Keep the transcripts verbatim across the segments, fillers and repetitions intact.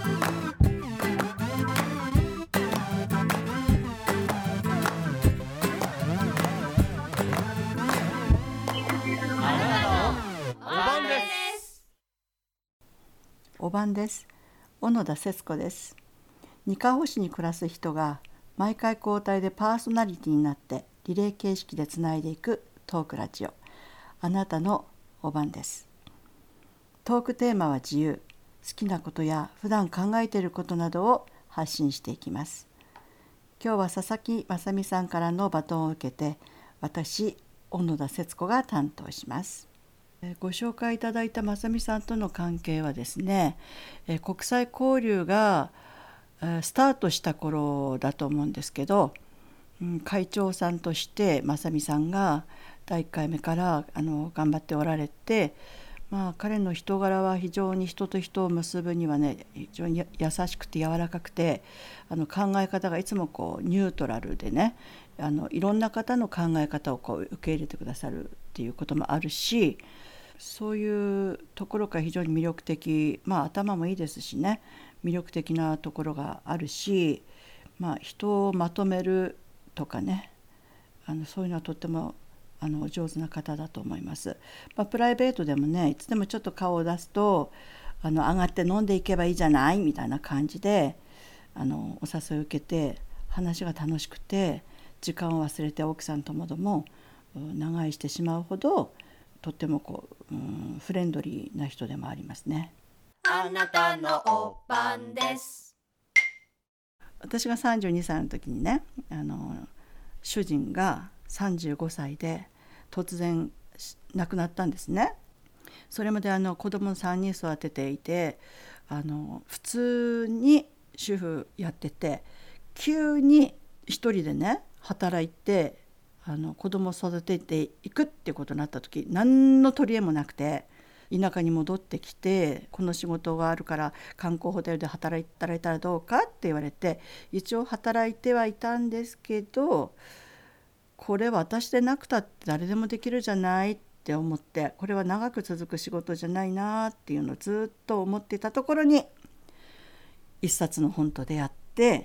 おばんです。小野田節子です。にかほ市に暮らす人が毎回交代でパーソナリティになってリレー形式でつないでいくトークラジオ、あなたのおばんです。トークテーマは自由、好きなことや普段考えていることなどを発信していきます。今日は佐々木雅美さんからのバトンを受けて、私小野田節子が担当します。ご紹介いただいた雅美さんとの関係はですね、国際交流がスタートした頃だと思うんですけど、会長さんとして雅美さんがだいいっかいめからあの頑張っておられて、まあ、彼の人柄は非常に人と人を結ぶにはね、非常に優しくて柔らかくて、あの考え方がいつもこうニュートラルでね、あのいろんな方の考え方をこう受け入れてくださるっていうこともあるし、そういうところが非常に魅力的、まあ頭もいいですしね、魅力的なところがあるし、まあ、人をまとめるとかね、あのそういうのはとってもあの上手な方だと思います。まあ、プライベートでもね、いつでもちょっと顔を出すと、あの上がって飲んでいけばいいじゃないみたいな感じであのお誘いを受けて、話が楽しくて時間を忘れて奥さんともども長居してしまうほど、とってもこう、うん、フレンドリーな人でもありますね。 あなたのおばんです。 私がさんじゅうにさいの時にね、あの主人がさんじゅうごさいで突然亡くなったんですね。それまであの子供さんにん育てていて、あの普通に主婦やってて、急に一人でね働いてあの子供を育てていくっていうことになった時、何の取り柄もなくて、田舎に戻ってきて、この仕事があるから観光ホテルで働いたらどうかって言われて、一応働いてはいたんですけど、これ私でなくたって誰でもできるじゃないって思って、これは長く続く仕事じゃないなっていうのをずっと思っていたところに、一冊の本と出会って、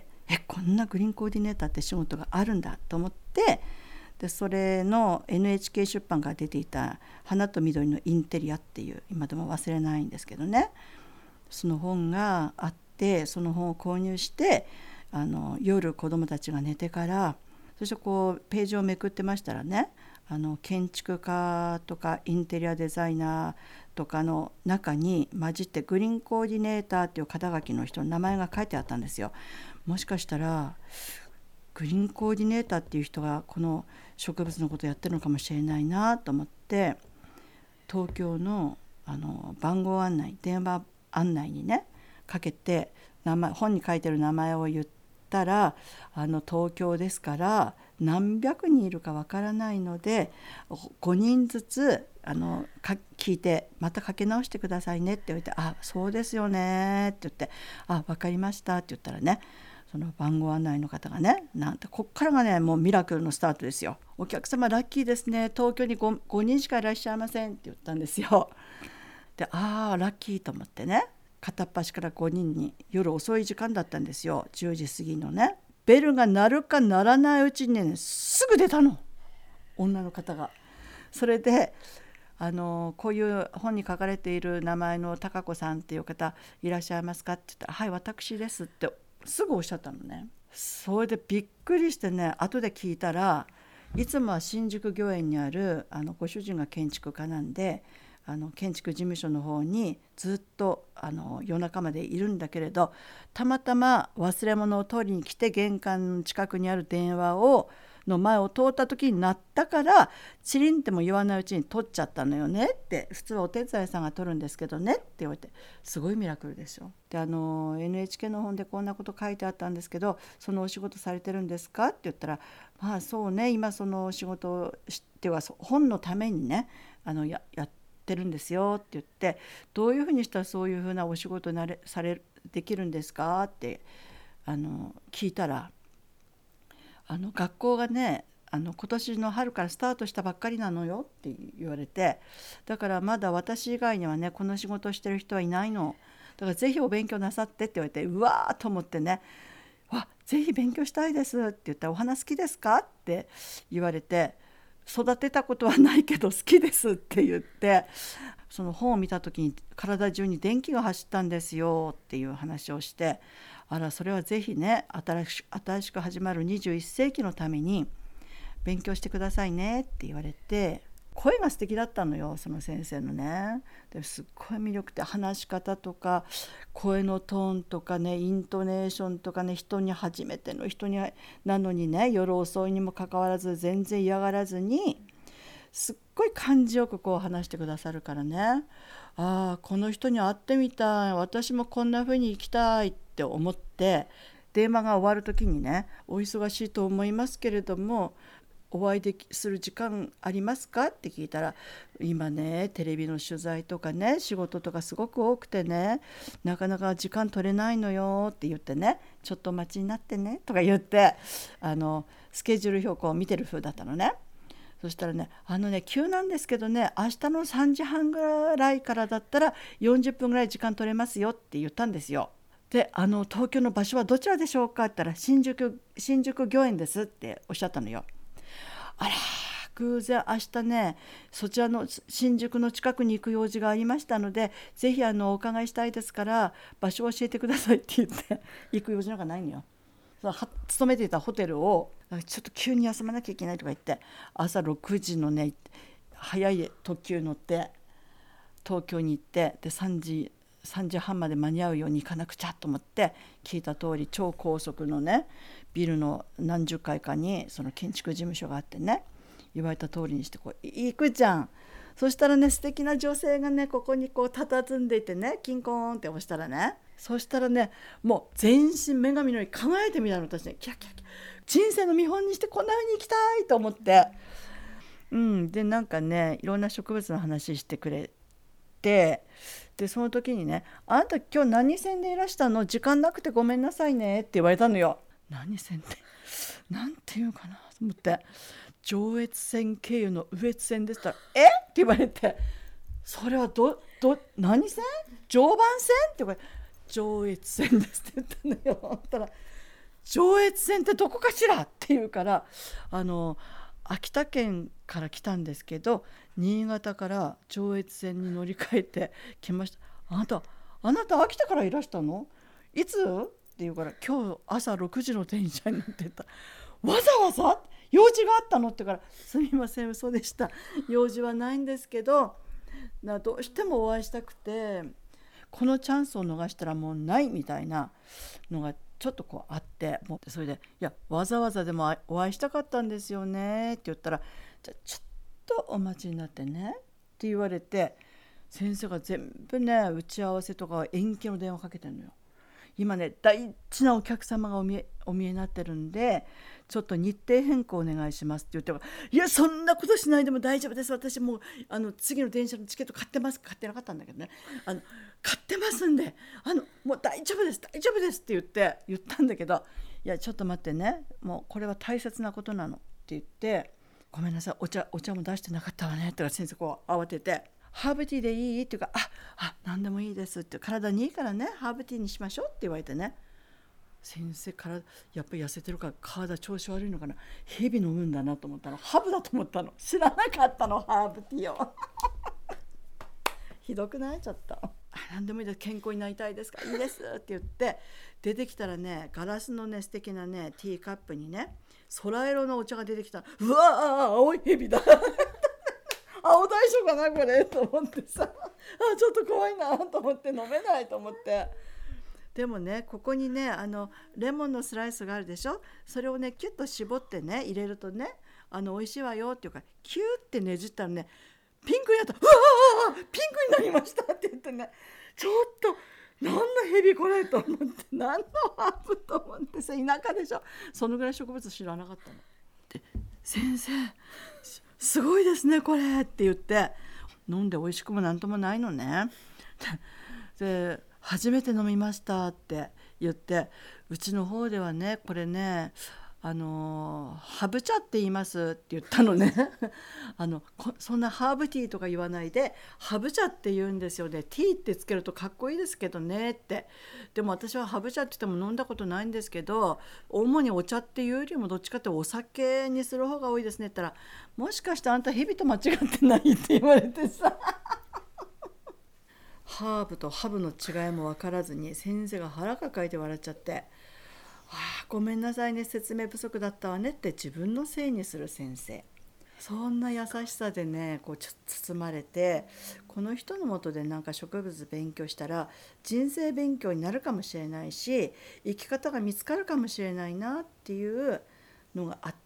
えこんなグリーンコーディネーターって仕事があるんだと思って、でそれの エヌエイチケー 出版から出ていた花と緑のインテリアっていう、今でも忘れないんですけどね、その本があって、その本を購入して、あの夜子どもたちが寝てから、そしてこうページをめくってましたらね、あの建築家とかインテリアデザイナーとかの中に混じってグリーンコーディネーターっていう肩書きの人の名前が書いてあったんですよ。もしかしたらグリーンコーディネーターっていう人がこの植物のことをやってるのかもしれないなと思って、東京の、あの番号案内、電話案内にねかけて、名前本に書いてる名前を言ったら、あの東京ですから何百人いるかわからないのでごにんずつあのか聞いてまたかけ直してくださいねって言われて、あそうですよねって言って、あ分かりましたって言ったらね、その番号案内の方がね、なんてこっからがねもうミラクルのスタートですよ。お客様ラッキーですね、東京に 5, ごにんしかいらっしゃいませんって言ったんですよ。でああラッキーと思ってね、片っ端からごにんに、夜遅い時間だったんですよ、じゅうじ過ぎのね、ベルが鳴るか鳴らないうちにねすぐ出たの、女の方が。それであのこういう本に書かれている名前の高子さんっていう方いらっしゃいますかって言ったら、はい私ですってすぐおっしゃったのね。それでびっくりしてね、後で聞いたら、いつもは新宿御苑にあるあのご主人が建築家なんで、あの建築事務所の方にずっとあの夜中までいるんだけれど、たまたま忘れ物を取りに来て玄関近くにある電話をの前を通った時になったから、チリンっても言わないうちに取っちゃったのよねって、普通はお手伝いさんが取るんですけどねって言われて、すごいミラクルですよ。であの エヌエイチケー の本でこんなこと書いてあったんですけど、そのお仕事されてるんですかって言ったら、まあそうね、今そのお仕事をしては本のためにねあの や, やってるんですよって言って、どういうふうにしたらそういうふうなお仕事になれされできるんですかってあの聞いたら、あの学校がねあの今年の春からスタートしたばっかりなのよって言われて、だからまだ私以外にはねこの仕事をしてる人はいないのからぜひお勉強なさってって言われて、うわーと思ってね、わぜひ勉強したいですって言ったら、お花好きですかって言われて、育てたことはないけど好きですって言って、その本を見た時に体中に電気が走ったんですよっていう話をして、あらそれはぜひね、新し新しく始まるにじゅういっ世紀のために勉強してくださいねって言われて、声が素敵だったのよ、その先生のね。ですっごい魅力的、話し方とか声のトーンとかね、イントネーションとかね、人に初めての人になのにね、夜遅いにもかかわらず全然嫌がらずに、すっごい感じよくこう話してくださるからね、ああこの人に会ってみたい、私もこんな風に生きたいって思って、電話が終わる時にね、お忙しいと思いますけれどもお会いできする時間ありますかって聞いたら、今ねテレビの取材とかね仕事とかすごく多くてね、なかなか時間取れないのよって言ってね、ちょっとお待ちになってねとか言って、あのスケジュール表を見てる風だったのね。そしたらね、あのね急なんですけどね、明日のさんじはんぐらいからだったらよんじゅっぷんぐらい時間取れますよって言ったんですよ。で、あの東京の場所はどちらでしょうかって言ったら、新宿新宿御苑ですっておっしゃったのよ。あら偶然明日ねそちらの新宿の近くに行く用事がありましたので、ぜひあのお伺いしたいですから場所を教えてくださいって言って行く用事なんかないのよ。その勤めていたホテルをちょっと急に休まなきゃいけないとか言って、朝ろくじのね早い特急乗って東京に行って、でさんじさんじはんまで間に合うように行かなくちゃと思って、聞いた通り超高速のねビルの何十階かにその建築事務所があってね、言われた通りにしてこう行くじゃん。そしたらね素敵な女性がねここにこう佇んでいてね、キンコーンって押したらね、そしたらねもう全身女神のように輝いてみたの、私ねキャキャキャ、人生の見本にしてこんな風に生きたいと思って、うん、でなんかねいろんな植物の話してくれて、でその時にね、あなた今日何線でいらしたの、時間なくてごめんなさいねって言われたのよ。何線ってなんていうかなと思って、上越線経由の羽越線ですったら、えって言われて、それはどど何線、常磐線って言われて、上越線ですって言ったのよ。そしたら上越線ってどこかしらって言うから、あの秋田県から来たんですけど新潟から上越線に乗り換えて来ました。あなたあなた秋田からいらしたの、いつって言うから、今日朝ろくじの電車に乗ってた。わざわざ用事があったのって言うから、すみません嘘でした、用事はないんですけどな、どうしてもお会いしたくて、このチャンスを逃したらもうないみたいなのがちょっとこうあって、もうそれで、いやわざわざでもお会いしたかったんですよねって言ったら、じゃちょっとお待ちになってねって言われて、先生が全部ね打ち合わせとか延期の電話かけてるのよ。今ね大事なお客様がお見え、お見えになってるんでちょっと日程変更お願いしますって言っても、いやそんなことしないでも大丈夫です、私もうあの次の電車のチケット買ってます、買ってなかったんだけどね、あの買ってますんで、あのもう大丈夫です大丈夫ですって言って言ったんだけど、いやちょっと待ってね、もうこれは大切なことなのって言って、ごめんなさいお茶お茶も出してなかったわねって先生こう慌てて、ハーブティーでいいっていうか、ああ何でもいいですって、体にいいからねハーブティーにしましょうって言われてね、先生からやっぱり痩せてるから体調子悪いのかな、ヘビ飲むんだなと思ったの、ハーブだと思ったの、知らなかったのハーブティーをひどくないちょっと、あ何でもいいです、健康になりたいですか、いいですって言って出てきたらね、ガラスのね素敵なねティーカップにね空色のお茶が出てきた、うわー青いヘビだ青大将かなこれと思ってさ、あちょっと怖いなと思って飲めないと思って、でもねここにねあのレモンのスライスがあるでしょ、それをねキュッと絞ってね入れるとねあの美味しいわよっていうか、キューってねじったらねピンクになった、うわあピンクになりましたって言ってね、ちょっと何のヘビこれと思って、何のハーブと思ってさ、田舎でしょ、そのぐらい植物知らなかったので、先生すごいですねこれって言って、飲んで美味しくもなんともないのねで初めて飲みましたって言って、うちの方ではねこれねあのハブ茶って言いますって言ったのねあのそんなハーブティーとか言わないでハブ茶って言うんですよね。ティーってつけるとかっこいいですけどねって。でも私はハブ茶って言っても飲んだことないんですけど、主にお茶っていうよりもどっちかってお酒にする方が多いですねって言ったら、もしかしてあんた蛇と間違ってないって言われてさハーブとハブの違いも分からずに先生が腹抱えて笑っちゃって、ああごめんなさいね、説明不足だったわねって自分のせいにする先生。そんな優しさでねこうちょ包まれて、この人のもとでなんか植物勉強したら人生勉強になるかもしれないし、生き方が見つかるかもしれないなっていうのがあって、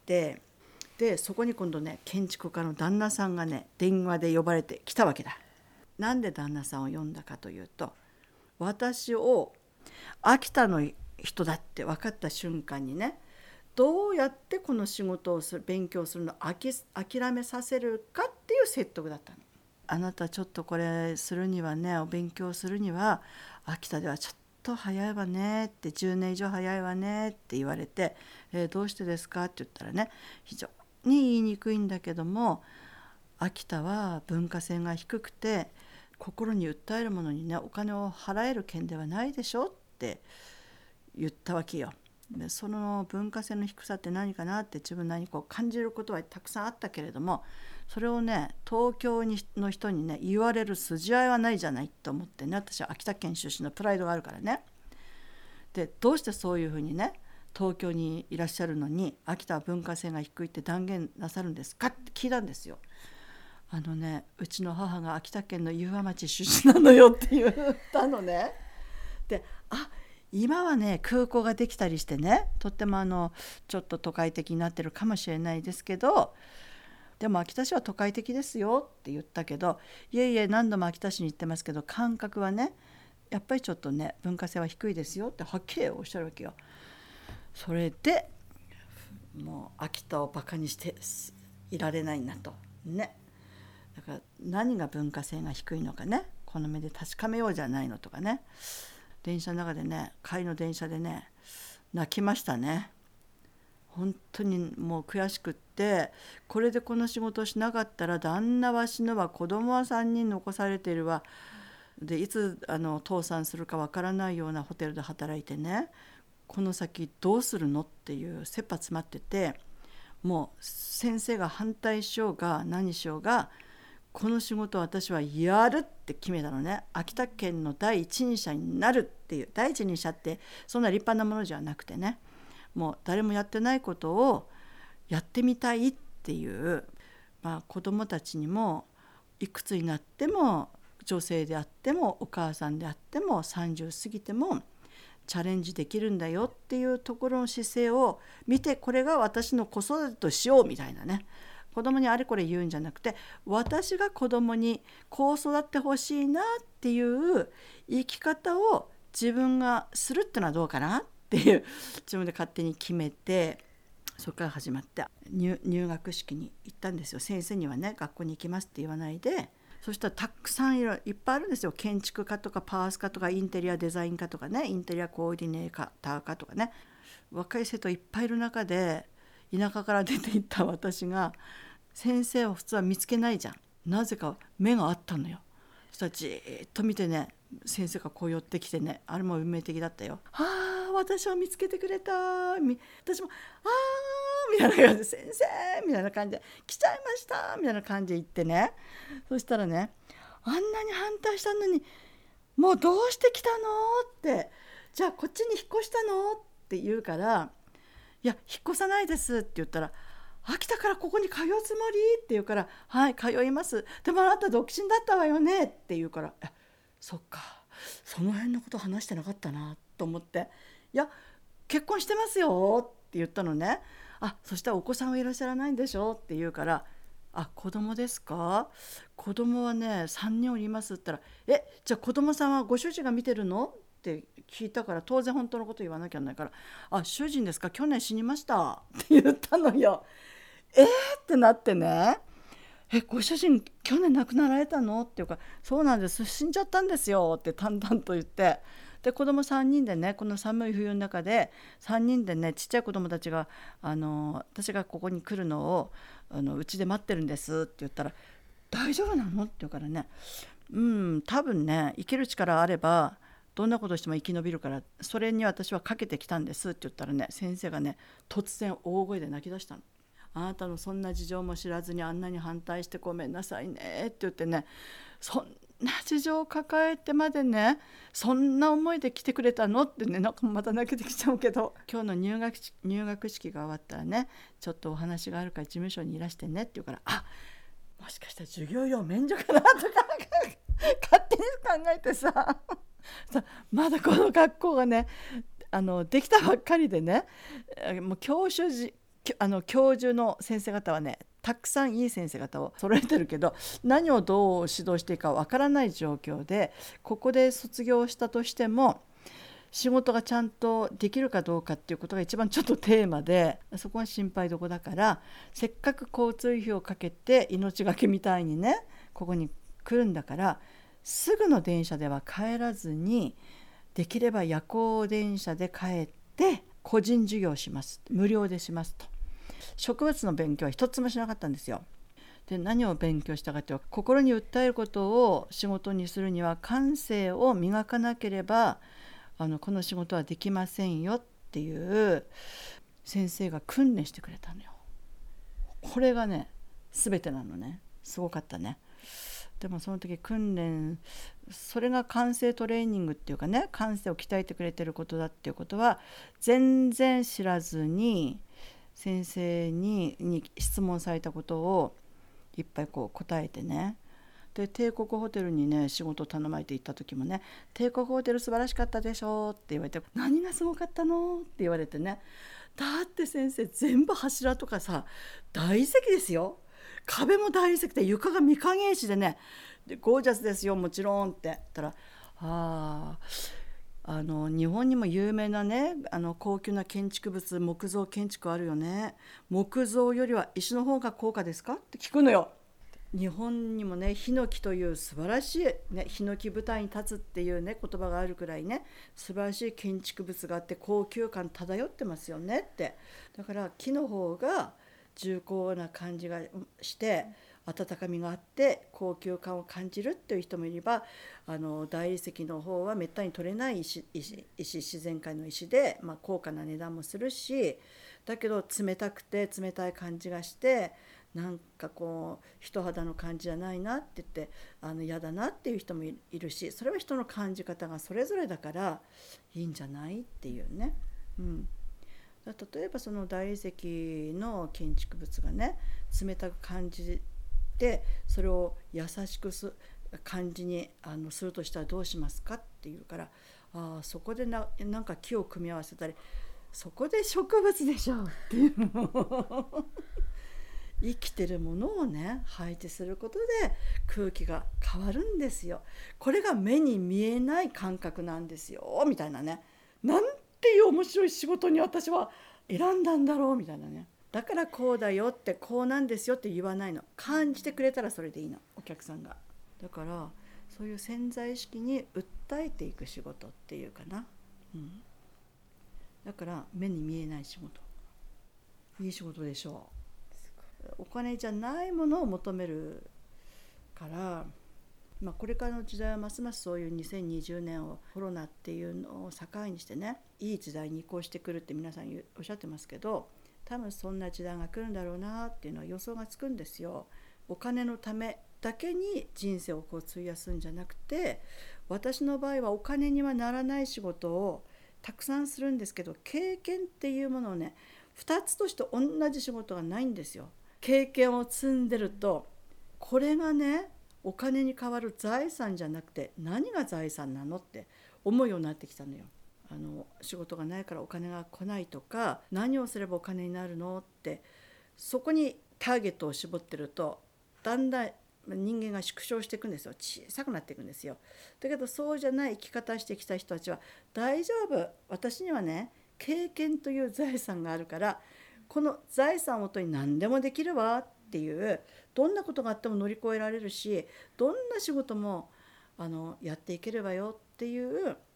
でそこに今度ね建築家の旦那さんがね電話で呼ばれてきたわけだ。なんで旦那さんを呼んだかというと、私を秋田の人だって分かった瞬間にね、どうやってこの仕事をする勉強するのを諦めさせるかっていう説得だったの。あなたちょっとこれするにはね、お勉強するには秋田ではちょっと早いわねって、じゅうねん以上早いわねって言われて、えー、どうしてですかって言ったらね、非常に言いにくいんだけども、秋田は文化性が低くて心に訴えるものにねお金を払える県ではないでしょって言ったわけよ。でその文化性の低さって何かなって自分なりにこう感じることはたくさんあったけれども、それをね東京にの人にね言われる筋合いはないじゃないと思ってね、私は秋田県出身のプライドがあるからね。でどうしてそういうふうにね東京にいらっしゃるのに秋田は文化性が低いって断言なさるんですかって聞いたんですよ。あのねうちの母が秋田県の湯和町出身なのよって言ったのね。であ今はね空港ができたりしてね、とってもあのちょっと都会的になってるかもしれないですけど、でも秋田市は都会的ですよって言ったけど、いえいえ何度も秋田市に行ってますけど感覚はねやっぱりちょっとね文化性は低いですよってはっきりおっしゃるわけよ。それでもう秋田をバカにしていられないなとね。だから何が文化性が低いのかね、この目で確かめようじゃないのとかね。電車の中でね、帰りの電車でね泣きましたね。本当にもう悔しくって、これでこの仕事をしなかったら旦那は死ぬわ、子供はさんにん残されているわで、いつあの倒産するかわからないようなホテルで働いてね、この先どうするのっていう切羽詰まってて、もう先生が反対しようが何しようがこの仕事を私はやるって決めたのね。秋田県の第一人者になるっていう、第一人者ってそんな立派なものじゃなくてね、もう誰もやってないことをやってみたいっていう、まあ、子どもたちにもいくつになっても女性であってもお母さんであってもさんじゅう過ぎてもチャレンジできるんだよっていうところの姿勢を見て、これが私の子育てとしようみたいなね、子供にあれこれ言うんじゃなくて、私が子供にこう育ってほしいなっていう生き方を自分がするってのはどうかなっていう自分で勝手に決めて、そこから始まって入、入学式に行ったんですよ。先生にはね学校に行きますって言わないで、そしたらたくさんいろいっぱいあるんですよ。建築家とかパース科とかインテリアデザイン科とかね、インテリアコーディネーター科とかね、若い生徒いっぱいいる中で田舎から出ていった私が先生を普通は見つけないじゃん。なぜか目があったのよ。そしたらじーっと見てね、先生がこう寄ってきてね、あれも運命的だったよ。ああ私を見つけてくれた、私もああみたいな感じで、先生みたいな感じで来ちゃいましたみたいな感じで言ってね、そしたらね、あんなに反対したのにもうどうして来たのって、じゃあこっちに引っ越したのって言うから、いや引っ越さないですって言ったら、秋田からここに通うつもりって言うから、はい通います、でもあなた独身だったわよねって言うから、えそっかその辺のこと話してなかったなと思って、いや結婚してますよって言ったのね。あそしたらお子さんはいらっしゃらないんでしょって言うから、あ子供ですか、子供はねさんにんおりますって言ったら、えじゃあ子供さんはご主人が見てるのって聞いたから、当然本当のこと言わなきゃないから、あ主人ですか去年死にましたって言ったのよ。えーってなってね、えご主人去年亡くなられたのっていうか、そうなんです死んじゃったんですよって淡々と言って、 で子供さんにんでね、この寒い冬の中でさんにんでね、ちっちゃい子供たちがあの私がここに来るのをあのうちで待ってるんですって言ったら、大丈夫なのって言うからね、うん多分ね生きる力あればどんなことしても生き延びるから、それに私はかけてきたんですって言ったらね、先生がね突然大声で泣き出したの。あなたのそんな事情も知らずにあんなに反対してごめんなさいねって言ってね、そんな事情を抱えてまでね、そんな思いで来てくれたのってね、なんかまた泣けてきちゃうけど、今日の入学式、入学式が終わったらね、ちょっとお話があるから事務所にいらしてねって言うから、あ、もしかしたら授業料免除かなとか勝手に考えてさまだこの学校がねあのできたばっかりでね、もう教習時あの教授の先生方はねたくさんいい先生方を揃えてるけど、何をどう指導していいかわからない状況で、ここで卒業したとしても仕事がちゃんとできるかどうかっていうことが一番ちょっとテーマで、そこは心配どこだから、せっかく交通費をかけて命がけみたいにねここに来るんだから、すぐの電車では帰らずにできれば夜行電車で帰って個人授業します、無料でしますと。植物の勉強は一つもしなかったんですよ。で何を勉強したかというと、心に訴えることを仕事にするには感性を磨かなければあのこの仕事はできませんよっていう先生が訓練してくれたのよ。これがね全てなのね。すごかったね。でもその時訓練、それが感性トレーニングっていうかね、感性を鍛えてくれてることだっていうことは全然知らずに、先生 に, に質問されたことをいっぱいこう答えてね、で帝国ホテルにね仕事を頼まれて行った時もね、帝国ホテル素晴らしかったでしょって言われて、何がすごかったのって言われてね、だって先生全部柱とかさ大理石ですよ、壁も大理石で床が御影石でね、でゴージャスですよもちろんって言ったら、ああの日本にも有名なねあの高級な建築物、木造建築あるよね、木造よりは石の方が高価ですかって聞くのよ。日本にもねヒノキという素晴らしい、ね、ヒノキ舞台に立つっていうね言葉があるくらいね素晴らしい建築物があって高級感漂ってますよねって。だから木の方が重厚な感じがして温かみがあって高級感を感じるっていう人もいれば、あの大理石の方はめったに取れない 石, 石, 石自然界の石で、まあ、高価な値段もするし、だけど冷たくて冷たい感じがしてなんかこう人肌の感じじゃないなって言ってあの嫌だなっていう人もいるし、それは人の感じ方がそれぞれだからいいんじゃないっていうね、うん、だ例えばその大理石の建築物がね冷たく感じて、それを優しくす感じにあのするとしたらどうしますかっていうから、あそこで な, なんか木を組み合わせたり、そこで植物でしょっていう生きてるものをね配置することで空気が変わるんですよ。これが目に見えない感覚なんですよみたいなね、なんていう面白い仕事に私は選んだんだろうみたいなね。だからこうだよってこうなんですよって言わないの、感じてくれたらそれでいいの、お客さんが。だからそういう潜在意識に訴えていく仕事っていうかな、うん、だから目に見えない仕事、いい仕事でしょう。お金じゃないものを求めるから、まあ、これからの時代はますますそういうにせんにじゅうねんをコロナっていうのを境にしてね、いい時代に移行してくるって皆さんおっしゃってますけど、多分そんな時代が来るんだろうなっていうのは予想がつくんですよ。お金のためだけに人生をこう費やすんじゃなくて、私の場合はお金にはならない仕事をたくさんするんですけど、経験っていうものをねふたつとして同じ仕事がないんですよ。経験を積んでるとこれがねお金に代わる財産じゃなくて何が財産なのって思うようになってきたのよ。あの仕事がないからお金が来ないとか、何をすればお金になるのって、そこにターゲットを絞ってるとだんだん人間が縮小していくんですよ、小さくなっていくんですよ。だけどそうじゃない生き方してきた人たちは大丈夫、私にはね経験という財産があるからこの財産をもとに何でもできるわっていう、どんなことがあっても乗り越えられるし、どんな仕事もあのやっていけるわよっていう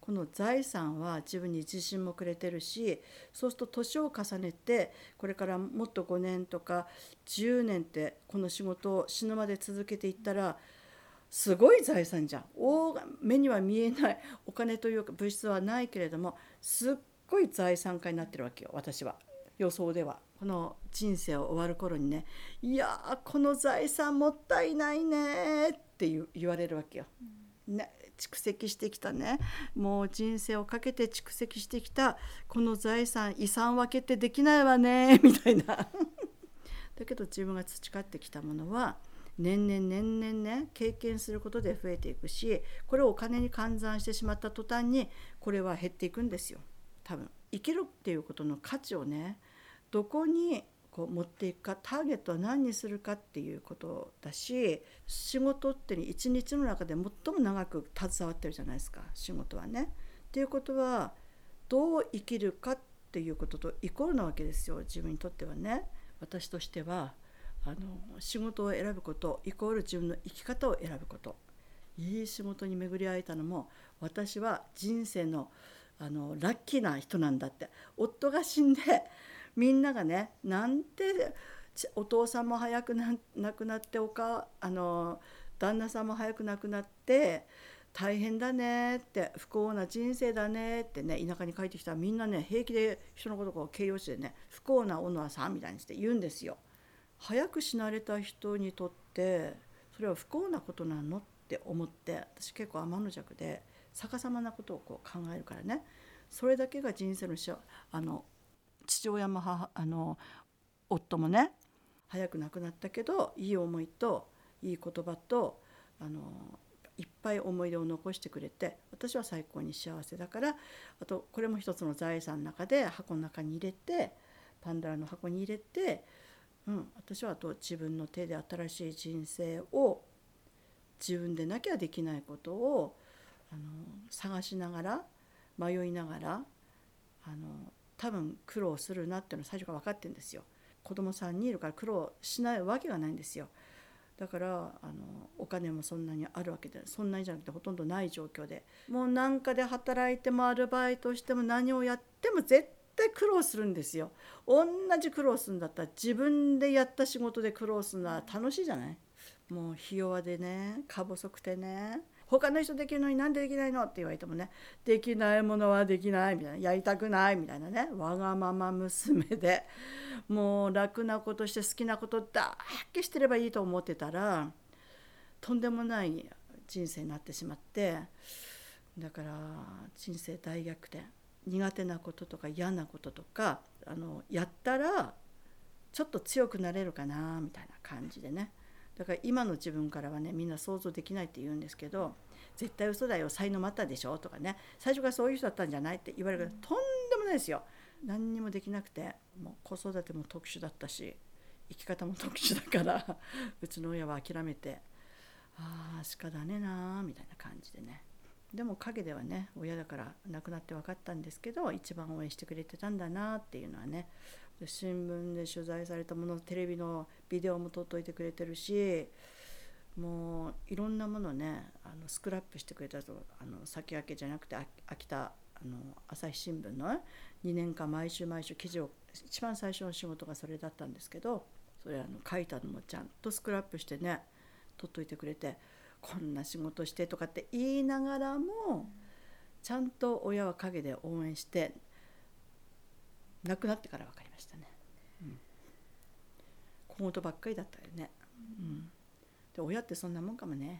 この財産は自分に自信もくれてるし、そうすると年を重ねてこれからもっとごねんとかじゅうねんってこの仕事を死ぬまで続けていったらすごい財産じゃん。大目には見えないお金というか物質はないけれども、すっごい財産家になってるわけよ、私は予想では。この人生を終わる頃にね、いやーこの財産もったいないねって言われるわけよ、ね、蓄積してきたね、もう人生をかけて蓄積してきたこの財産、遺産分けってできないわねみたいなだけど自分が培ってきたものは年々年々ね経験することで増えていくし、これをお金に換算してしまった途端にこれは減っていくんですよ。多分生きるっていうことの価値をね、どこにこう持っていくか、ターゲットは何にするかっていうことだし、仕事って一日の中で最も長く携わってるじゃないですか、仕事はね。っていうことはどう生きるかっていうこととイコールなわけですよ、自分にとってはね。私としてはあの仕事を選ぶことイコール自分の生き方を選ぶこと。いい仕事に巡り会えたのも私は人生のあのラッキーな人なんだって。夫が死んでみんながね、なんてお父さんも早くな亡くなって、おかあの旦那さんも早く亡くなって大変だねって、不幸な人生だねってね、田舎に帰ってきたらみんなね平気で人のことを形容詞でね、不幸な小野さんみたいにして言うんですよ。早く死なれた人にとってそれは不幸なことなのって思って、私結構天の弱で逆さまなことをこう考えるからね、それだけが人生のしあの父親も母あの夫もね早く亡くなったけど、いい思いといい言葉とあのいっぱい思い出を残してくれて、私は最高に幸せだから、あとこれも一つの財産の中で箱の中に入れて、パンドラの箱に入れて、うん、私はあと自分の手で新しい人生を自分でなきゃできないことをあの探しながら迷いながら、あの多分苦労するなっていうのは最初から分かってるんですよ。子供さんにんいるから苦労しないわけがないんですよ。だからあのお金もそんなにあるわけで、そんなにじゃなくてほとんどない状況で、もう何かで働いてもアルバイトしても何をやっても絶対苦労するんですよ。同じ苦労するんだったら自分でやった仕事で苦労するのは楽しいじゃない。もうひ弱でね、か細くてね、他の人できるのになんでできないのって言われてもね、できないものはできないみたいな、やりたくないみたいなね、わがまま娘で、もう楽なことして好きなことだけしてればいいと思ってたら、とんでもない人生になってしまって、だから人生大逆転。苦手なこととか嫌なこととかあのやったらちょっと強くなれるかなみたいな感じでね。だから今の自分からはね、みんな想像できないって言うんですけど、絶対嘘だよ、才能もあったでしょとかね、最初からそういう人だったんじゃないって言われるけど、とんでもないですよ。何にもできなくて、もう子育ても特殊だったし生き方も特殊だからうちの親は諦めて、ああしかだねなみたいな感じでね。でも陰ではね、親だから亡くなって分かったんですけど、一番応援してくれてたんだなっていうのはね。新聞で取材されたもの、テレビのビデオも撮っといてくれてるし、もういろんなものね、あのスクラップしてくれたと。あの先駆けじゃなくて秋田あの朝日新聞のにねんかん毎週毎週記事を、一番最初の仕事がそれだったんですけど、それあの書いたのもちゃんとスクラップしてね撮っといてくれて、こんな仕事してとかって言いながらもちゃんと親は陰で応援して、亡くなってから分かりましたね、うん、小言ばっかりだったよね、うん、で親ってそんなもんかもね。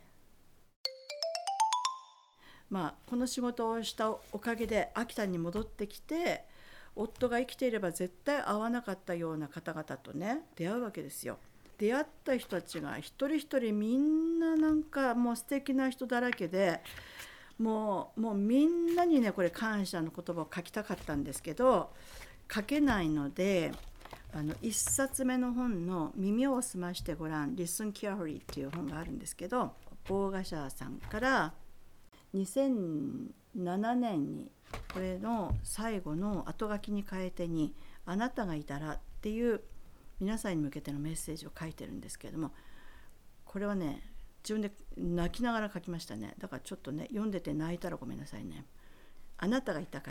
まあこの仕事をしたおかげで秋田に戻ってきて、夫が生きていれば絶対会わなかったような方々とね出会うわけですよ。出会った人たちが一人一人みんななんかもう素敵な人だらけで、もう、もうみんなにねこれ感謝の言葉を書きたかったんですけど書けないので、あのいっさつめの本の耳を澄ましてごらん Listen Carefully っていう本があるんですけど、大賀社さんからにせんななねんにこれの最後の後書きに変えてにあなたがいたらっていう皆さんに向けてのメッセージを書いてるんですけれども、これはね自分で泣きながら書きましたね。だからちょっとね読んでて泣いたらごめんなさいね。 あなたがいたから。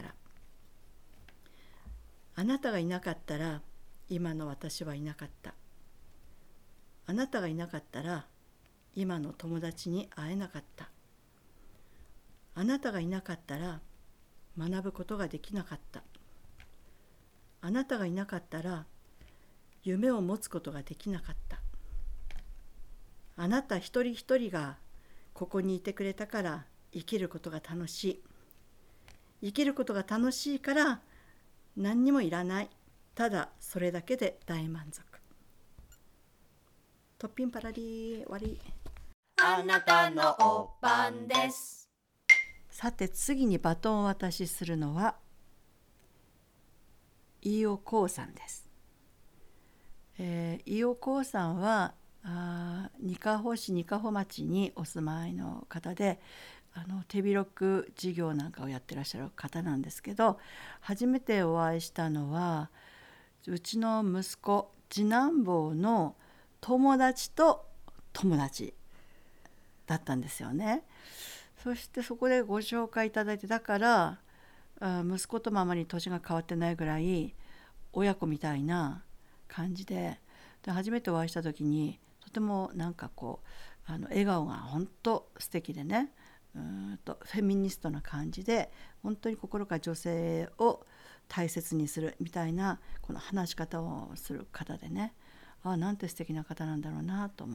あなたがいなかったら今の私はいなかった。あなたがいなかったら今の友達に会えなかった。あなたがいなかったら学ぶことができなかった。あなたがいなかったら夢を持つことができなかった。あなた一人一人がここにいてくれたから生きることが楽しい。生きることが楽しいから何にもいらない。ただそれだけで大満足。トッピンパラリー終わり。 あなたのお番です。 さて次にバトンを渡しするのは飯尾光さんです。えー、飯尾光さんはあにかほ市にかほ町にお住まいの方で、あの手広く事業なんかをやってらっしゃる方なんですけど、初めてお会いしたのはうちの息子次男坊の友達と友達だったんですよね。そしてそこでご紹介いただいて、だから息子ともあまり年が変わってないぐらい親子みたいな感じ で, で初めてお会いした時にとてもなんかこうあの笑顔が本当素敵でね、うーんとフェミニストな感じで、本当に心から女性を大切にするみたいなこの話し方をする方でね、あなんて素敵な方なんだろうなと思って、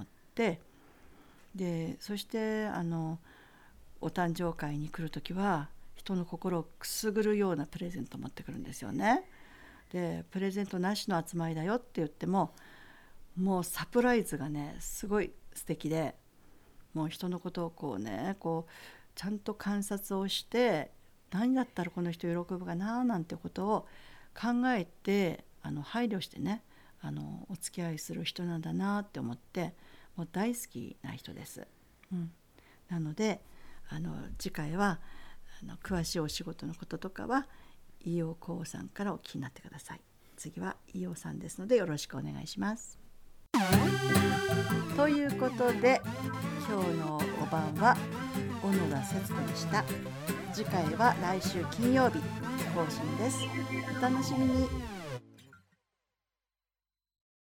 でそしてあのお誕生会に来るときは人の心をくすぐるようなプレゼントを持ってくるんですよね。でプレゼントなしの集まりだよって言っても、もうサプライズがねすごい素敵で、もう人のことをこうねこうちゃんと観察をして、何だったらこの人喜ぶかななんてことを考えて、あの配慮してねあのお付き合いする人なんだなって思って、もう大好きな人です、うん、なのであの次回はあの詳しいお仕事のこととかは飯尾光さんからお聞きになってください。次は飯尾さんですのでよろしくお願いします。ということで今日のお晩は小野田節子でした。次回は来週金曜日更新です。お楽しみに。